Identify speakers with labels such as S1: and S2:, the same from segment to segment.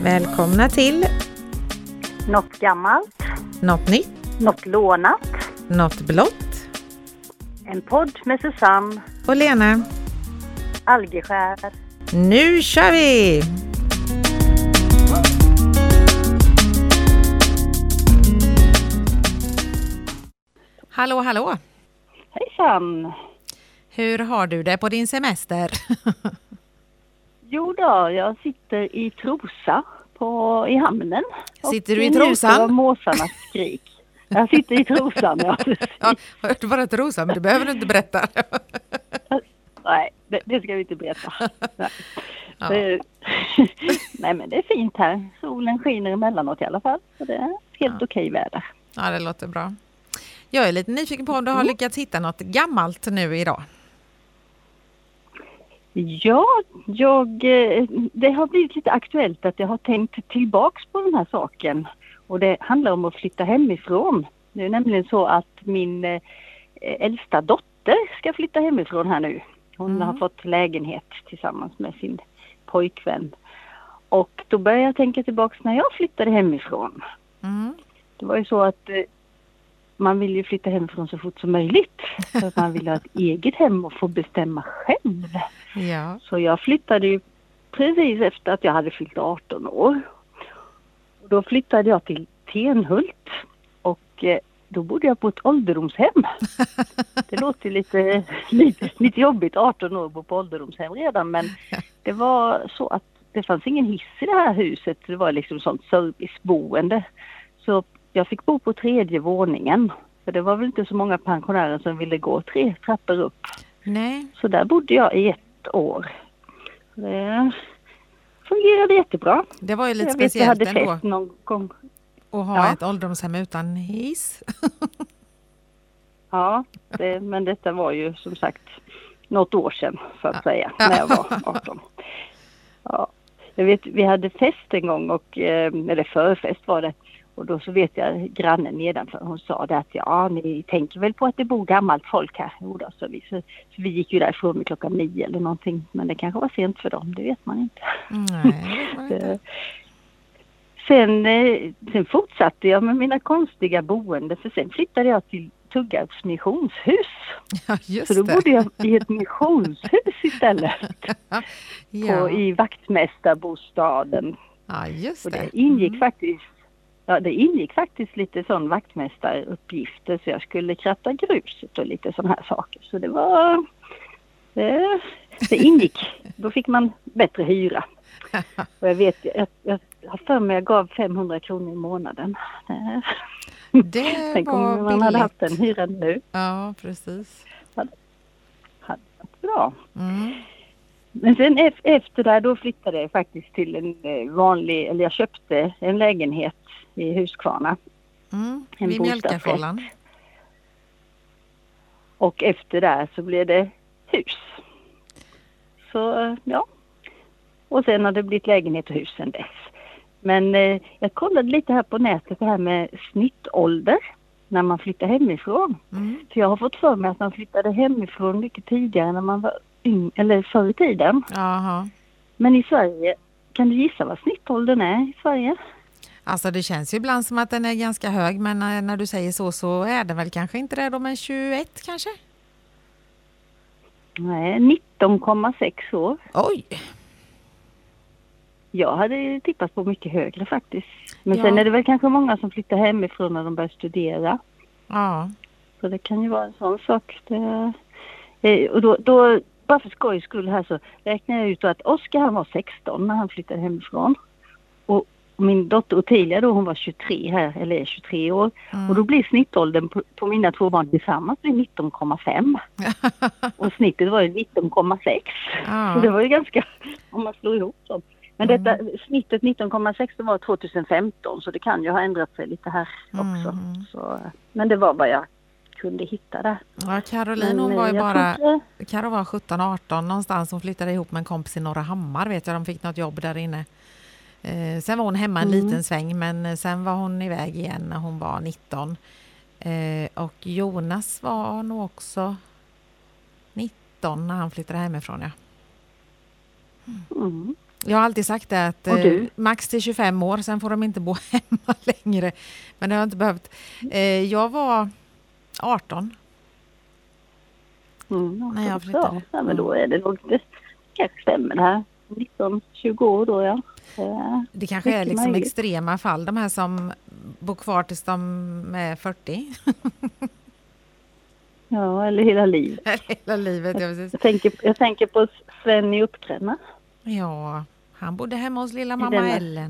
S1: Välkomna till
S2: Något gammalt,
S1: Något nytt,
S2: något lånat,
S1: Något blått
S2: en podd med Susanne
S1: och Lena.
S2: Algeskär.
S1: Nu kör vi! Hallå, hallå!
S2: Hejsan!
S1: Hur har du det på din semester?
S2: Jo då, jag sitter i Trosa i hamnen.
S1: Sitter du i
S2: njuter
S1: Trosan?
S2: av måsarnas skrik. Jag sitter i Trosan, ja.
S1: Ja, jag hörde bara Trosan, men du behöver inte berätta.
S2: Nej, det ska vi inte berätta. Nej.
S1: Ja.
S2: Nej, men det är fint här. Solen skiner emellanåt i alla fall. Så det är helt okej väder.
S1: Ja, det låter bra. Jag är lite nyfiken på om du har lyckats hitta något gammalt nu idag.
S2: Ja, det har blivit lite aktuellt att jag har tänkt tillbaks på den här saken. Och det handlar om att flytta hemifrån. Det är nämligen så att min äldsta dotter ska flytta hemifrån här nu. Hon har fått lägenhet tillsammans med sin pojkvän. Och då börjar jag tänka tillbaks när jag flyttade hemifrån. Det var ju så att man vill ju flytta hemifrån så fort som möjligt. För att man vill ha ett eget hem och få bestämma själv.
S1: Ja.
S2: Så jag flyttade ju precis efter att jag hade fyllt 18 år. Och då flyttade jag till Tenhult. Och då bodde jag på ett ålderdomshem. Det låter lite jobbigt, 18 år på ålderdomshem redan. Men det var så att det fanns ingen hiss i det här huset. Det var liksom sånt serviceboende. Så jag fick bo på 3:e våningen. För det var väl inte så många pensionärer som ville gå 3 trappor upp.
S1: Nej.
S2: Så där bodde jag i 1 år. Det fungerade jättebra.
S1: Det var ju lite
S2: jag
S1: speciellt
S2: vet, jag hade
S1: ändå.
S2: fest någon gång.
S1: Och ha ett ålderdomshem utan hiss.
S2: Ja, men detta var ju som sagt något år sedan så att säga. När jag var 18. Ja. Jag vet, vi hade fest en gång eller förfest var det. Och då så vet jag grannen nedanför, hon sa det att ni tänker väl på att det bor gammalt folk här. Jo då, så vi gick ju därifrån med 9:00 eller någonting. Men det kanske var sent för dem, det vet man inte.
S1: Nej.
S2: Sen fortsatte jag med mina konstiga boende, för sen flyttade jag till Tuggarps missionshus.
S1: Ja, just
S2: så då
S1: det.
S2: bodde jag i ett missionshus istället. I vaktmästarbostaden.
S1: Ja, just det.
S2: Och det ingick faktiskt lite sån vaktmästaruppgifter, så jag skulle kratta gruset och lite sån här saker. Så det var det ingick. Då fick man bättre hyra. Och jag vet, jag har för mig jag gav 500 kronor i månaden.
S1: Det
S2: Tänk om
S1: var
S2: man hade
S1: billigt.
S2: haft den hyran nu.
S1: Ja, precis.
S2: Hade varit bra. Men sen efter där då flyttade jag faktiskt till jag köpte en lägenhet i Huskvarna.
S1: Vid Mjölkafållan.
S2: Och efter där så blev det hus. Så ja. Och sen har det blivit lägenhet och hus sen dess. Men jag kollade lite här på nätet det här med snittålder när man flyttar hemifrån. För jag har fått för mig att man flyttade hemifrån mycket tidigare när man var eller förr i tiden.
S1: Aha.
S2: Men i Sverige, kan du gissa vad snittåldern är i Sverige?
S1: Alltså det känns ju ibland som att den är ganska hög, men när du säger så är det väl kanske inte det då, men 21 kanske?
S2: Nej, 19,6 år.
S1: Oj!
S2: Jag hade tippat på mycket högre faktiskt. Men sen är det väl kanske många som flyttar hemifrån när de börjar studera.
S1: Ja.
S2: Så det kan ju vara en sån sak. Och då bara för skojs skull här så räknar jag ut att Oskar han var 16 när han flyttade hemifrån. Och min dotter Ottilia då, hon var 23 här, eller är 23 år. Och då blir snittåldern på mina 2 barn tillsammans blir 19,5. Och snittet var ju 19,6. Så det var ju ganska, om man slår ihop dem. Men detta snittet 19,6 var 2015, så det kan ju ha ändrat sig lite här också. Så, men det var vad jag kunde hitta där.
S1: Ja, Caroline hon var ju Karo var 17-18 någonstans, hon flyttade ihop med en kompis i Norra Hammar, vet jag, de fick något jobb där inne. Sen var hon hemma en liten sväng, men sen var hon iväg igen när hon var 19. Och Jonas var nog också 19 när han flyttade hemifrån, ja. Jag har alltid sagt det att max till 25 år, sen får de inte bo hemma längre. Men det har jag inte behövt. Jag var 18. När jag flyttade.
S2: Ja, men då är det nog kanske stämmer det här. 19-20 år då, ja.
S1: Det kanske är liksom extrema fall, de här som bor kvar tills de är 40.
S2: Ja, eller hela livet.
S1: Hela livet, ja, precis.
S2: Jag tänker på Sven i Uppgränna.
S1: Ja, han bodde hemma hos lilla mamma Ellen.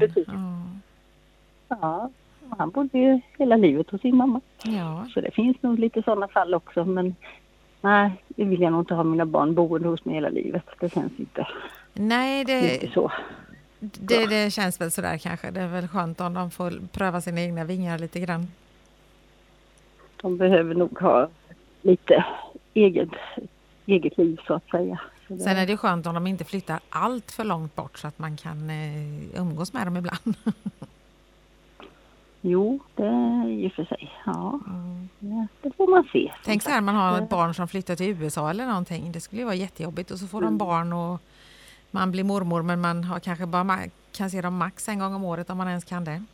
S2: Ja, han bodde ju hela livet hos sin mamma.
S1: Ja.
S2: Så det finns nog lite sådana fall också, men nej, det vill jag nog inte ha mina barn boende hos mig hela livet. Det känns inte.
S1: Nej,
S2: inte så.
S1: Det känns väl sådär kanske. Det är väl skönt om de får pröva sina egna vingar lite grann.
S2: De behöver nog ha lite eget liv så att säga.
S1: Sen är det skönt om de inte flyttar allt för långt bort så att man kan umgås med dem ibland.
S2: Jo, det är ju för sig. Ja, det får man se.
S1: Tänk så här, man har ett barn som flyttar till USA eller någonting. Det skulle ju vara jättejobbigt. Och så får de barn och man blir mormor, men man har kanske bara kan se dem max en gång om året om man ens kan det.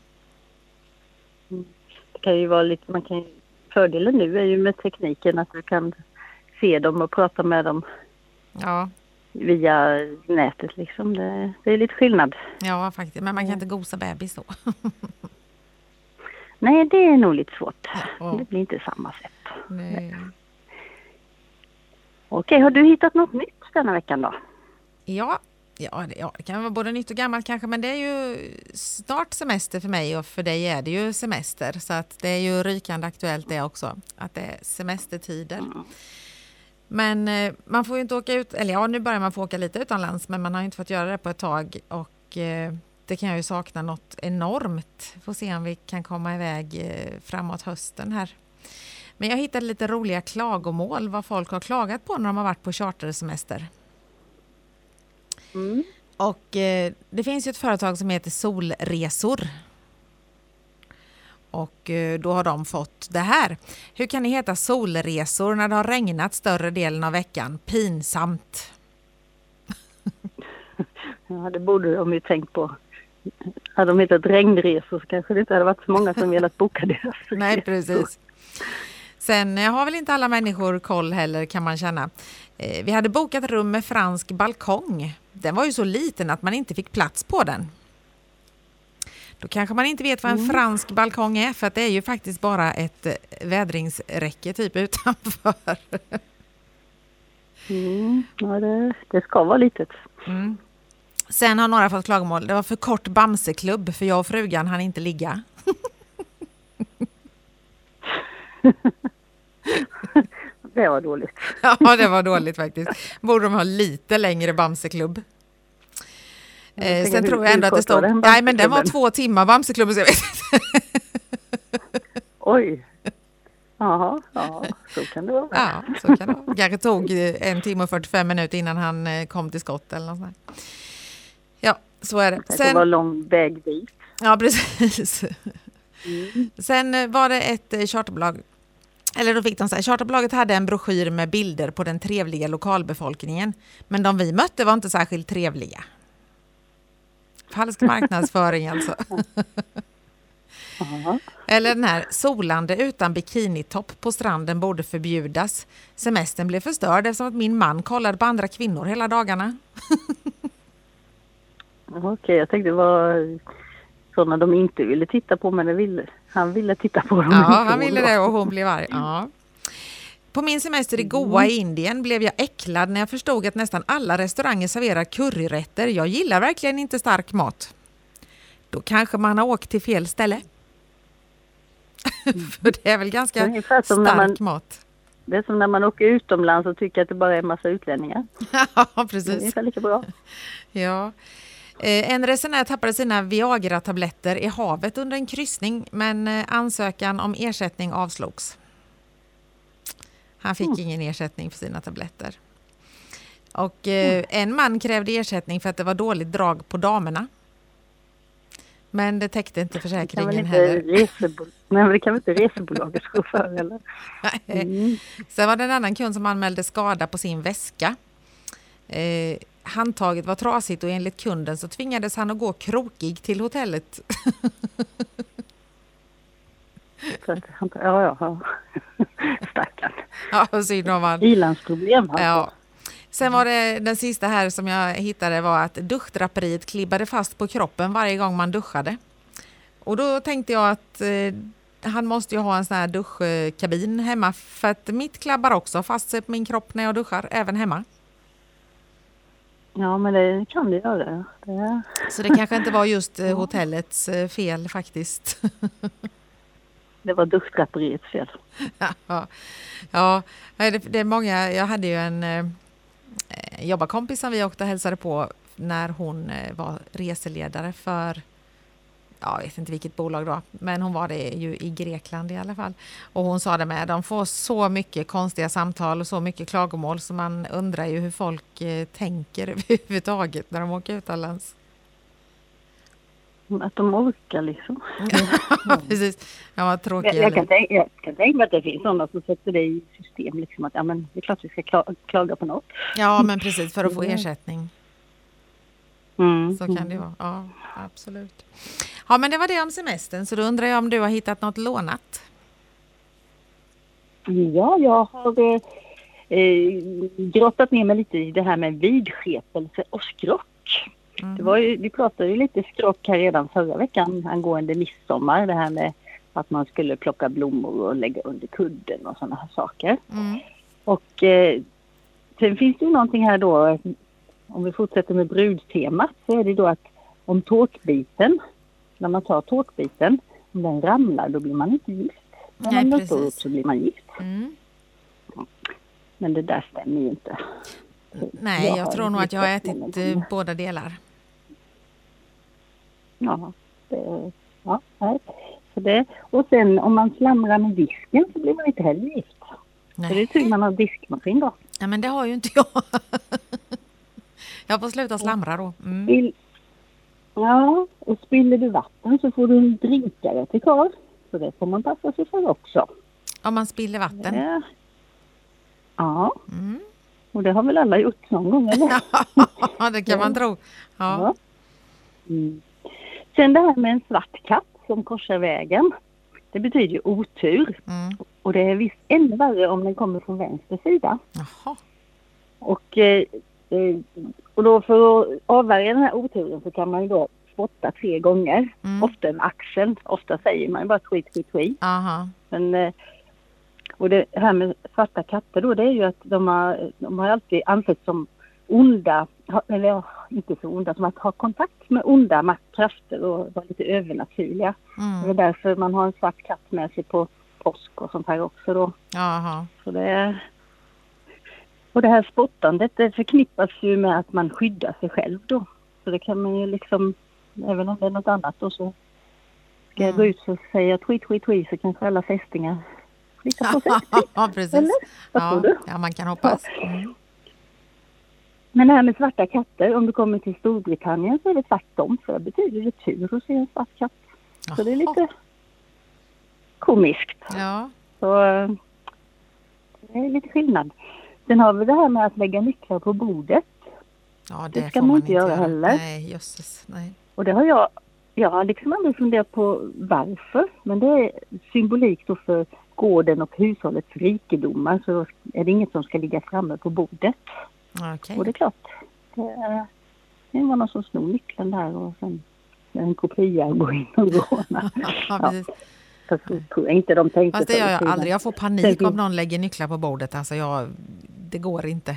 S2: Det kan ju vara lite, fördelen nu är ju med tekniken att du kan se dem och prata med dem via nätet liksom. Det är lite skillnad.
S1: Ja, faktiskt. Men man kan inte gosa bebis då.
S2: Nej, det är nog lite svårt. Ja. Det blir inte samma sätt.
S1: Nej.
S2: Okej, har du hittat något nytt denna veckan då?
S1: Ja, det kan vara både nytt och gammalt kanske, men det är ju snart semester för mig och för dig är det ju semester. Så att det är ju rykande aktuellt det också, att det är semestertider. Men man får ju inte åka ut, eller nu börjar man få åka lite utomlands, men man har ju inte fått göra det på ett tag och det kan jag ju sakna något enormt. Får se om vi kan komma iväg framåt hösten här. Men jag hittade lite roliga klagomål, vad folk har klagat på när de har varit på chartersemester. Och det finns ju ett företag som heter Solresor. Och då har de fått det här. Hur kan ni heta Solresor när det har regnat större delen av veckan? Pinsamt.
S2: Ja, det borde de ju tänkt på. Hade de hetat regnresor så kanske det inte hade varit så många som velat boka deras.
S1: Nej, precis. Sen har väl inte alla människor koll heller, kan man känna. Vi hade bokat rum med fransk balkong. Den var ju så liten att man inte fick plats på den. Då kanske man inte vet vad en fransk balkong är, för att det är ju faktiskt bara ett vädringsräcke typ utanför.
S2: Ja, det ska vara litet.
S1: Sen har några fått klagomål. Det var för kort bamseklubb för jag och frugan hann inte ligga.
S2: Det var dåligt.
S1: Ja, det var dåligt faktiskt. Borde de ha lite längre bamseklubb. Sen tror jag ändå att det stod... Nej, men den var 2 timmar bamseklubben, så jag vet inte.
S2: Oj. Jaha, ja, så kan det vara.
S1: Ja, så kan det vara. Kanske tog 1 timme och 45 minuter innan han kom till skott eller något sånt. Ja, så är det.
S2: Det var lång väg dit.
S1: Ja, precis. Sen var det ett charterbolag, eller då fick de så här, charterbolaget hade en broschyr med bilder på den trevliga lokalbefolkningen, men de vi mötte var inte särskilt trevliga. Falsk marknadsföring alltså. Eller den här, solande utan bikinitopp på stranden borde förbjudas. Semestern blev förstörd eftersom att min man kollade på andra kvinnor hela dagarna.
S2: Okej, jag tänkte det var sådana de inte ville titta på, men han ville titta på dem.
S1: Ja, han ville det och hon blev arg. Ja. På min semester i Goa i Indien blev jag äcklad när jag förstod att nästan alla restauranger serverar curryrätter. Jag gillar verkligen inte stark mat. Då kanske man har åkt till fel ställe. För det är väl ganska stark mat.
S2: Det är som när man åker utomlands och tycker att det bara är en massa utlänningar.
S1: Ja, precis. Det är
S2: ungefär lika bra.
S1: Ja. En resenär tappade sina Viagra-tabletter i havet under en kryssning, men ansökan om ersättning avslogs. Han fick ingen ersättning för sina tabletter. Och en man krävde ersättning för att det var dåligt drag på damerna. Men det täckte inte försäkringen heller.
S2: Nej, men det kan väl inte resebolaget gå för, eller?
S1: Sen var det en annan kund som anmälde skada på sin väska. handtaget var trasigt och enligt kunden så tvingades han att gå krokig till hotellet.
S2: Ja. Stackarn.
S1: Ja, synd om han.
S2: Ilandsproblem. Alltså.
S1: Ja. Sen var det den sista här som jag hittade var att duschdraperiet klibbade fast på kroppen varje gång man duschade. Och då tänkte jag att han måste ju ha en sån här duschkabin hemma för att mitt klabbar också fast sig på min kropp när jag duschar, även hemma.
S2: Ja, men det kan det göra. Det...
S1: Så det kanske inte var just hotellets fel faktiskt.
S2: Det var duschdraperiets fel.
S1: Ja, det är många. Jag hade ju en jobbarkompis som vi åkte och hälsade på när hon var reseledare för, jag vet inte vilket bolag då, men hon var det ju i Grekland i alla fall. Och hon sa det med, de får så mycket konstiga samtal och så mycket klagomål så man undrar ju hur folk tänker överhuvudtaget när de åker utomlands.
S2: Att de orkar liksom.
S1: Ja, precis. Ja, vad tråkigt.
S2: Jag kan tänka mig att det finns sådana som sätter det i system liksom att ja, men det är klart vi ska klaga på något.
S1: Ja, men precis, för att få ersättning. Så kan det vara. Ja, absolut. Ja, men det var det om semestern. Så då undrar jag om du har hittat något lånat?
S2: Ja, jag har grottat ner mig lite i det här med vidskepelse och skrock. Vi pratade ju lite skrock här redan förra veckan angående midsommar. Det här med att man skulle plocka blommor och lägga under kudden och sådana här saker. Och sen finns det ju någonting här då, om vi fortsätter med brudtemat, så är det då att om tårtbiten, när man tar tårtbiten, om den ramlar då blir man inte gift. När man står upp så blir man gift. Men det där stämmer ju inte.
S1: Nej, jag tror nog att jag har ätit båda delar.
S2: Så det, och sen om man slamrar med disken så blir man inte heller gift. Nej. Så det är tur man har diskmaskin då.
S1: Ja, men det har ju inte jag. Jag får sluta slamra då.
S2: Ja, och spiller du vatten så får du en drinkare till kvar. Så det får man passa sig för också.
S1: Om man spiller vatten?
S2: Ja. Och det har väl alla gjort någon gång, eller?
S1: Ja, det kan man tro. Ja.
S2: Sen det här med en svart katt som korsar vägen. Det betyder ju otur. Och det är visst ännu värre om den kommer från vänster sida.
S1: Jaha.
S2: Och då för att avvärja den här oturen så kan man ju då spotta 3 gånger. Ofta med axeln. Ofta säger man ju bara skit.
S1: Aha.
S2: Men... Och det här med svarta katter då, det är ju att de har alltid ansetts som onda, eller inte så onda, som att ha kontakt med onda maktkrafter och vara lite övernaturliga. Det är därför man har en svart katt med sig på påsk och sånt här också då.
S1: Aha.
S2: Så och det här spottandet, det förknippas ju med att man skyddar sig själv då. Så det kan man ju liksom, även om det är något annat då, så ska jag gå ut och säga skit så kanske alla fästingar
S1: ja, precis.
S2: Eller? Vad tror du?
S1: Ja, man kan hoppas.
S2: Men det här med svarta katter, om du kommer till Storbritannien så är det tvärtom. För det betyder det tur att se en svart katt. Så det är lite komiskt.
S1: Ja.
S2: Så det är lite skillnad. Sen har vi det här med att lägga nycklar på bordet.
S1: Ja,
S2: det ska man inte göra heller.
S1: Nej, jösses, nej.
S2: Och det har jag har liksom aldrig funderat på varför. Men det är symbolik då för gården och hushållets rikedomar, så är det inget som ska ligga framme på bordet.
S1: Okay.
S2: Och det är klart, det var någon som snor nyckeln där och sen en kopia går in och rånar. Fast tror jag inte de tänkte.
S1: Fast det gör jag aldrig. Jag får panik om någon lägger nycklar på bordet. Alltså det går inte.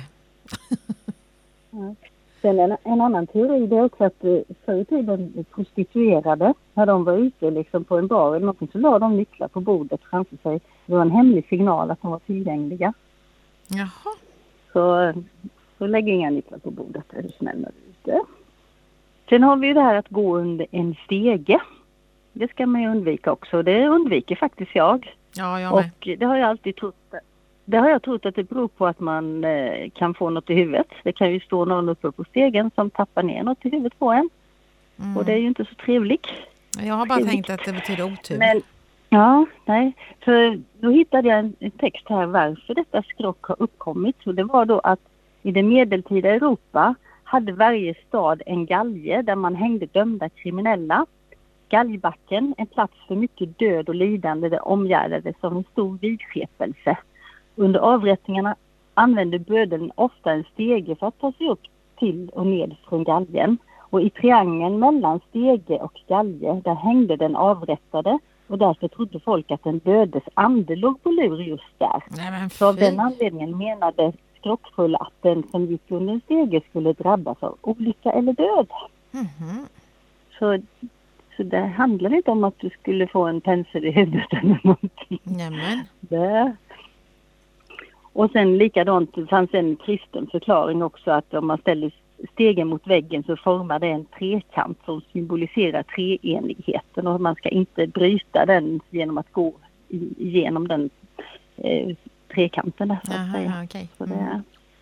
S2: Sen en annan teori är också att förr i tiden prostituerade, när de var ute liksom på en bar eller någonting, så la de nycklar på bordet framför sig. Det var en hemlig signal att de var tillgängliga.
S1: Jaha.
S2: Så lägg inga nycklar på bordet, är du snäll när du är ute. Sen har vi ju det här att gå under en stege. Det ska man ju undvika också. Det undviker faktiskt jag.
S1: Ja, jag med.
S2: Och det har jag alltid trott. Det har jag trott att det beror på att man kan få något i huvudet. Det kan ju stå någon uppe på stegen som tappar ner något i huvudet på en. Och det är ju inte så trevligt.
S1: Jag har bara tänkt att det betyder otur.
S2: Men, nej. För då hittade jag en text här varför detta skrock har uppkommit. Och det var då att i det medeltida Europa hade varje stad en galge där man hängde dömda kriminella. Galgbacken, en plats för mycket död och lidande, det omgärdades som en stor vidskepelse. Under avrättningarna använde bödeln ofta en stege för att ta sig upp till och ned från galgen. Och i triangeln mellan stege och galge, där hängde den avrättade. Och därför trodde folk att den dödes ande låg på lur just där.
S1: Nej,
S2: så av den anledningen menade skrockfulla att den som gick under en stege skulle drabbas av olycka eller död.
S1: Mhm.
S2: Så det handlar inte om att du skulle få en pensel i huvudet eller någonting.
S1: Nämen.
S2: Det. Och sen likadant fanns en kristen förklaring också att om man ställer stegen mot väggen så formar det en trekant som symboliserar treenigheten och man ska inte bryta den genom att gå igenom den trekanten. Där, så att säga.
S1: Okay.
S2: Så det,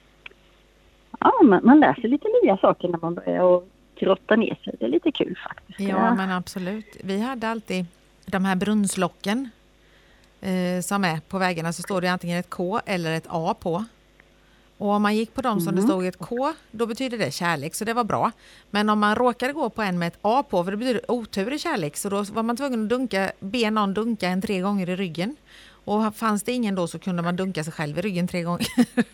S2: man lär sig lite nya saker när man börjar och grotta ner sig. Det är lite kul faktiskt.
S1: Ja, men absolut. Vi hade alltid de här brunnslocken som är på väggarna, så står det antingen ett K eller ett A på. Och om man gick på dem som det stod ett K, då betyder det kärlek, så det var bra. Men om man råkade gå på en med ett A på, för det betyder otur i kärlek, så då var man tvungen att be någon dunka en 3 gånger i ryggen. Och fanns det ingen då så kunde man dunka sig själv i ryggen 3 gånger.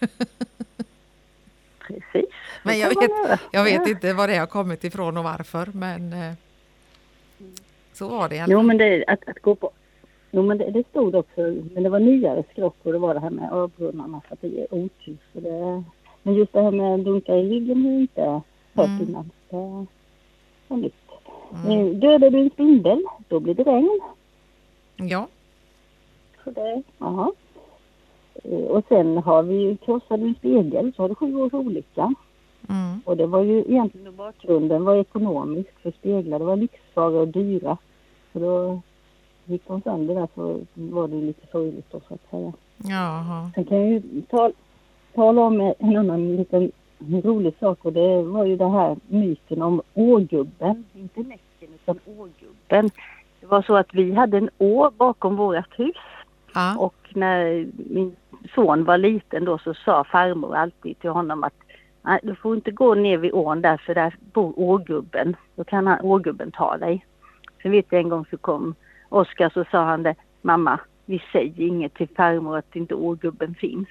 S2: Precis.
S1: Men jag vet inte var det har kommit ifrån och varför, men så var det i alla fall.
S2: Jo, men det att gå på. Jo, men det stod också, men det var nyare skrock och det var det här med örbrunnarna för att det är otur. Men just det här med dunka i ryggen har jag inte hört innan. Det var nytt. Dödar du en spindel, då blir det regn.
S1: Ja.
S2: Så det, aha. Och sen har vi ju krossat en spegel, så har det 7 års olycka. Och det var ju egentligen bakgrunden var ekonomisk, för speglar det var lyxvaror och dyra. Så då gick de sönder där, så var det lite sorgligt då, så att säga.
S1: Jaha.
S2: Sen kan jag ju tala om en annan liten rolig sak, och det var ju det här myten om ågubben, inte näcken utan ågubben. Det var så att vi hade en å bakom vårt hus.
S1: Ja.
S2: Och när min son var liten då så sa farmor alltid till honom att nej, du får inte gå ner vid ån där, för där bor ågubben. Då kan ågubben ta dig. Sen vet jag en gång så kom Oskar, så sa han det: mamma, vi säger inget till farmor att inte ågubben finns.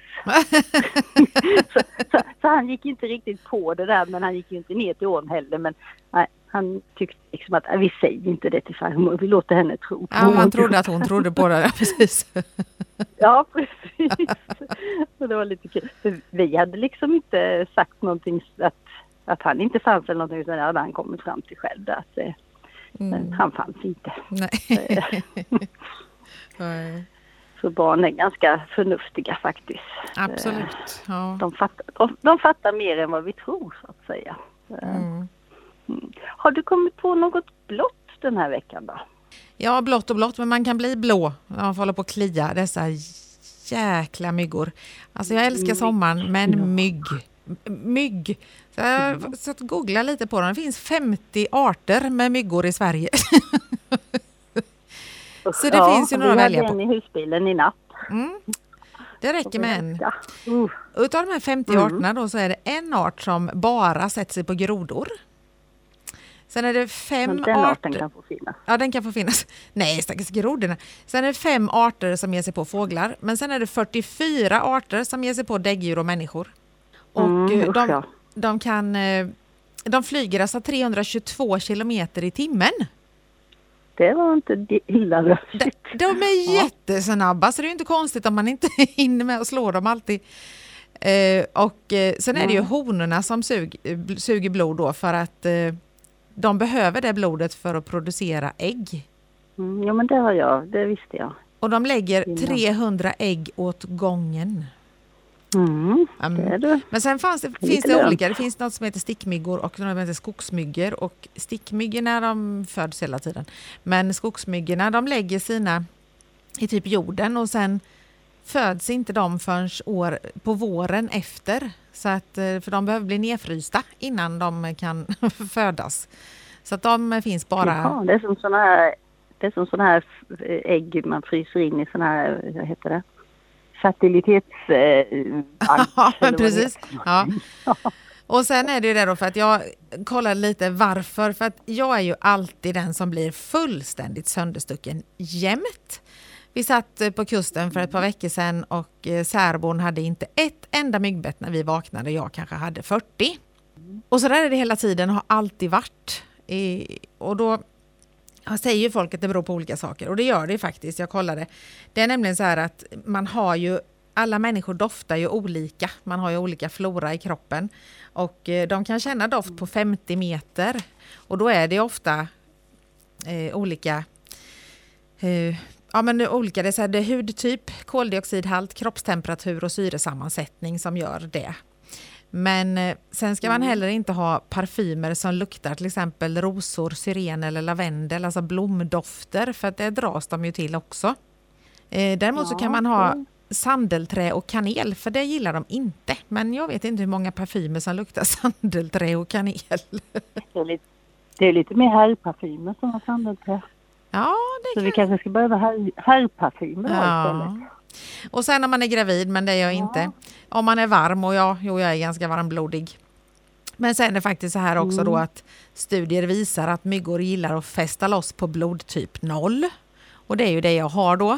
S2: så han gick inte riktigt på det där, men han gick ju inte ner till ån heller. Men nej, han tyckte liksom att vi säger inte det till farmor, vi låter henne tro på.
S1: Ja, man trodde att hon trodde på det, precis.
S2: Ja, precis. Så det var lite kul. För vi hade liksom inte sagt någonting att han inte fanns eller någonting, utan det hade han kommit fram till själv där. Men han fanns inte.
S1: Nej.
S2: Så barn är ganska förnuftiga faktiskt.
S1: Absolut. Ja.
S2: De fattar mer än vad vi tror, så att säga. Har du kommit på något blått den här veckan då?
S1: Ja, blått och blått, men man kan bli blå när man får hålla på och klia dessa jäkla myggor. Alltså jag älskar sommaren, men mygg. Så jag satt och googlade lite på dem. Det finns 50 arter med myggor i Sverige. Så det finns ju några att välja på.
S2: Vi hade en i husbilen i natt.
S1: Det räcker med en. Utav de här 50 arterna då, så är det en art som bara sätter sig på grodor. Sen är det 5 arter. Den arten
S2: kan få finnas.
S1: Ja, den kan få finnas. Nej, stackars grodorna. Sen är det 5 arter som ger sig på fåglar. Men sen är det 44 arter som ger sig på däggdjur och människor. Och de flyger alltså 322 kilometer i timmen. Det
S2: var inte illa röstigt.
S1: De är jättesnabba, så det är inte konstigt om man inte hinner med att slå dem alltid. Sen är det ju honorna som suger blod då, för att de behöver det blodet för att producera ägg.
S2: Ja, men det visste jag.
S1: Och de lägger 300 ägg åt gången. Men sen finns det olika. Det finns något som heter stickmyggor och något som heter skogsmyggor. Och stickmyggorna, de föds hela tiden. Men skogsmyggorna, de lägger sina i typ jorden, och sen föds inte de förrän på våren efter. Så att, för de behöver bli nedfrysta innan de kan födas. Så att de finns bara...
S2: Ja, det är som såna här ägg man fryser in i såna här, vad heter det? Fertilitetsbank.
S1: Ja, precis. Ja. Och sen är det ju det då, för att jag kollar lite varför. För att jag är ju alltid den som blir fullständigt sönderstucken jämt. Vi satt på kusten för ett par veckor sedan och särbon hade inte ett enda myggbett när vi vaknade. Jag kanske hade 40. Och så där är det hela tiden, har alltid varit. Och då säger ju folk att det beror på olika saker. Och det gör det faktiskt, jag kollade. Det är nämligen så här att man har ju, alla människor doftar ju olika. Man har ju olika flora i kroppen. Och de kan känna doft på 50 meter. Och då är det ofta olika... olika, det är så här, det är hudtyp, koldioxidhalt, kroppstemperatur och syresammansättning som gör det. Men sen ska man heller inte ha parfymer som luktar till exempel rosor, syren eller lavendel, alltså blomdofter, för att det dras de ju till också. Däremot så kan man ha sandelträ och kanel, för det gillar de inte. Men jag vet inte hur många parfymer som luktar sandelträ och kanel.
S2: Det är lite mer herrparfymer som har sandelträ.
S1: Ja,
S2: så vi kanske ska behöva herrparfymer istället.
S1: Och sen om man är gravid, men det är jag inte. Om man är varm, och jag är ganska varmblodig. Men sen är det faktiskt så här också då att studier visar att myggor gillar att fästa loss på blodtyp 0. Och det är ju det jag har då.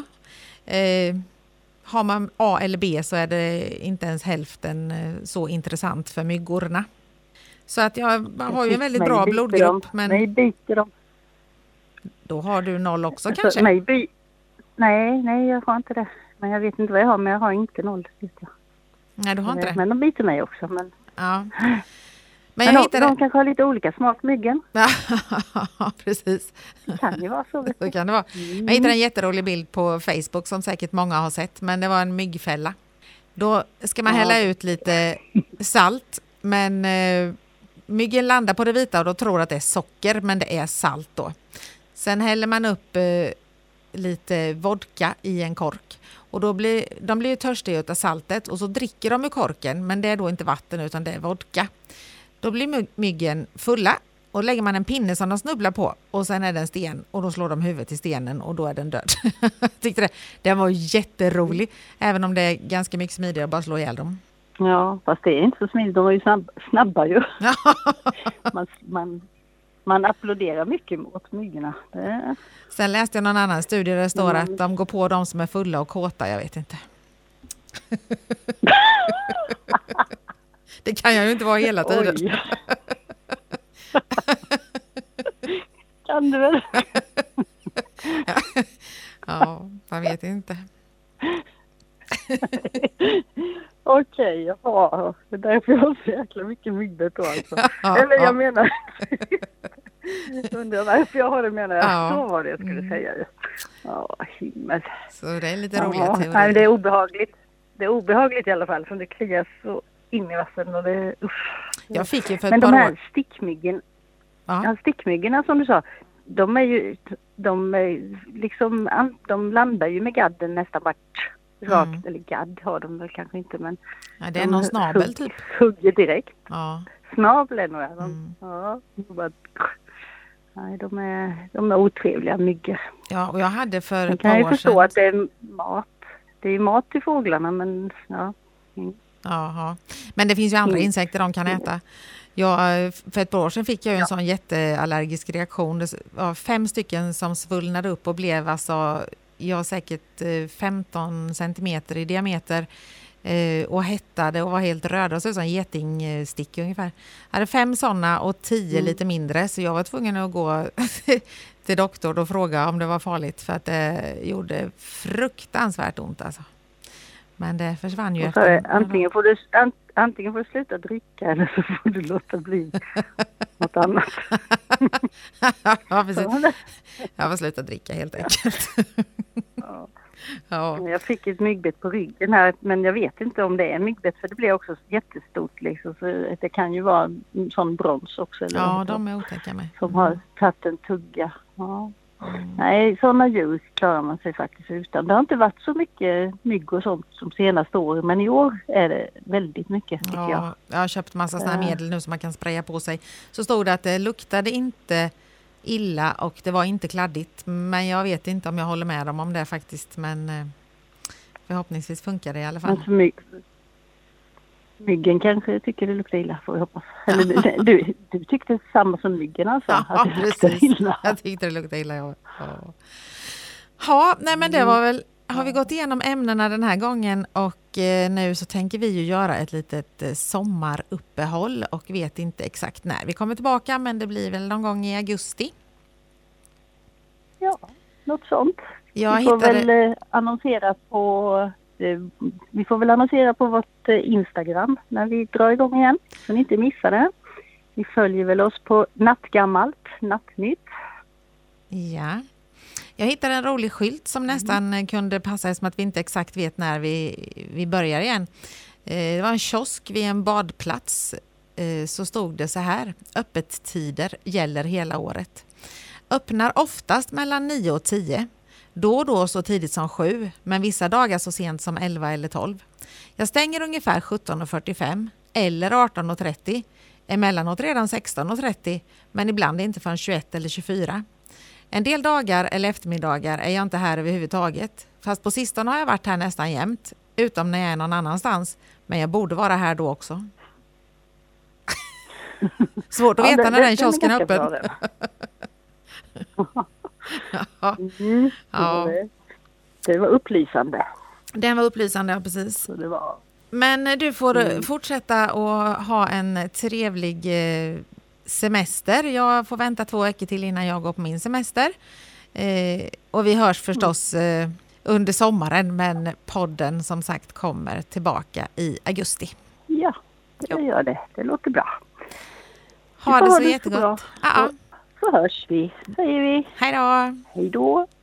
S1: Har man A eller B så är det inte ens hälften så intressant för myggorna. Så att jag har ju en väldigt bra blodgrupp. Men
S2: mig biter de.
S1: Då har du 0 också
S2: alltså,
S1: kanske?
S2: Nej, jag har inte det. Men jag vet inte vad jag har, men jag har inte 0. Vet jag.
S1: Nej, du har inte det.
S2: Men de biter mig också. Men...
S1: Ja.
S2: Men de kanske har lite olika smak, myggen.
S1: Ja, precis.
S2: Det kan ju vara så.
S1: Så kan det vara. Jag hittade en jätterolig bild på Facebook som säkert många har sett. Men det var en myggfälla. Då ska man hälla ut lite salt. Men myggen landar på det vita och då tror att det är socker. Men det är salt då. Sen häller man upp lite vodka i en kork. Och då de blir ju törstiga av saltet. Och så dricker de ur korken. Men det är då inte vatten utan det är vodka. Då blir myggen fulla. Och lägger man en pinne som de snubblar på. Och sen är det en sten. Och då slår de huvudet i stenen. Och då är den död. Jag tyckte den var jätterolig. Även om det är ganska mycket smidigare att bara slå ihjäl dem.
S2: Ja, fast det är inte så smidigt. De var ju snabba ju. Man applåderar mycket mot myggorna.
S1: Sen läste jag någon annan studie där det står att de går på de som är fulla och kåta. Jag vet inte. Det kan jag ju inte vara hela tiden.
S2: Kan du väl?
S1: Ja, man vet inte.
S2: Okej, jaha. Det är därför jag har så jäkla mycket myggbett då alltså. Eller jag menar... Undrar varför jag har det, menar jag. Så var det jag skulle säga. Ja, himmel.
S1: Så det är lite roliga teorier.
S2: Nej, det är obehagligt. Det är obehagligt i alla fall, för det kliar så in i vassen och det...
S1: Jag fick ju för
S2: men
S1: ett par
S2: de här
S1: år...
S2: stickmyggorna som du sa, de landar ju med gadden nästan vart rakt, eller gadd har de väl kanske inte, men
S1: ja, det är någon snabel typ.
S2: Hugger direkt.
S1: Ja.
S2: Snabeln nog är de. Ja, nej, de är otrevliga myggor.
S1: Ja, och jag hade för ett
S2: par år sedan... Jag kan ju förstå
S1: sedan...
S2: att det är mat. Det är mat till fåglarna, men ja.
S1: Jaha. Men det finns ju andra insekter de kan äta. För ett par år sedan fick jag en sån jätteallergisk reaktion. Det var 5 stycken som svullnade upp och blev säkert 15 centimeter i diameter och hettade och var helt röda. Så en getingstick ungefär. Jag hade 5 sådana och 10 lite mindre, så jag var tvungen att gå till doktorn och fråga om det var farligt, för att det gjorde fruktansvärt ont alltså. Men det försvann ju efter.
S2: Antingen får du sluta dricka eller så får du låta bli något annat.
S1: Ja, precis. Jag får sluta dricka helt enkelt.
S2: Ja. Jag fick ett myggbett på ryggen här, men jag vet inte om det är myggbett, för det blir också jättestort liksom, så det kan ju vara en sån brons också. Eller
S1: ja, de är otäcka med.
S2: Som har tagit en tugga. Ja. Nej, sådana djur klarar man sig faktiskt utan. Det har inte varit så mycket mygg och sånt som senaste året, men i år är det väldigt mycket, tycker jag.
S1: Jag har köpt massa sådana medel nu som man kan spraya på sig. Så stod det att det luktade inte illa och det var inte kladdigt, men jag vet inte om jag håller med dem om det faktiskt, men förhoppningsvis funkar det i alla fall.
S2: Myggen kanske tycker det luktar illa, får vi hoppas. Eller du tyckte samma som myggen alltså?
S1: Ja, precis. Illa. Jag tyckte det luktade illa, ja. Ja, nej men det var väl... Har vi gått igenom ämnena den här gången och nu så tänker vi ju göra ett litet sommaruppehåll och vet inte exakt när vi kommer tillbaka, men det blir väl någon gång i augusti.
S2: Ja, något sånt. Vi får väl annonsera på vårt Instagram när vi drar igång igen, så ni inte missar det. Vi följer väl oss på Nattgammalt, Nattnytt.
S1: Ja. Jag hittade en rolig skylt som nästan kunde passa som att vi inte exakt vet när vi börjar igen. Det var en kiosk vid en badplats. Så stod det så här: öppettider gäller hela året. Öppnar oftast mellan 9 och 10. Då och då så tidigt som 7, men vissa dagar så sent som 11 eller 12. Jag stänger ungefär 17:45 eller 18:30. Emellanåt redan 16:30, men ibland inte förrän 21 eller 24. En del dagar eller eftermiddagar är jag inte här överhuvudtaget. Fast på sistone har jag varit här nästan jämt. Utom när jag är någon annanstans. Men jag borde vara här då också. Svårt att veta när den kiosken är öppen.
S2: Ja. Det var upplysande.
S1: Den var upplysande, ja precis.
S2: Så det var.
S1: Men du får fortsätta att ha en trevlig semester. Jag får vänta 2 veckor till innan jag går på min semester. Och vi hörs förstås under sommaren, men podden som sagt kommer tillbaka i augusti.
S2: Ja, det gör det. Det låter bra.
S1: Ha det så jättegott.
S2: Så hörs vi, säger vi.
S1: Hej då.
S2: Hej då.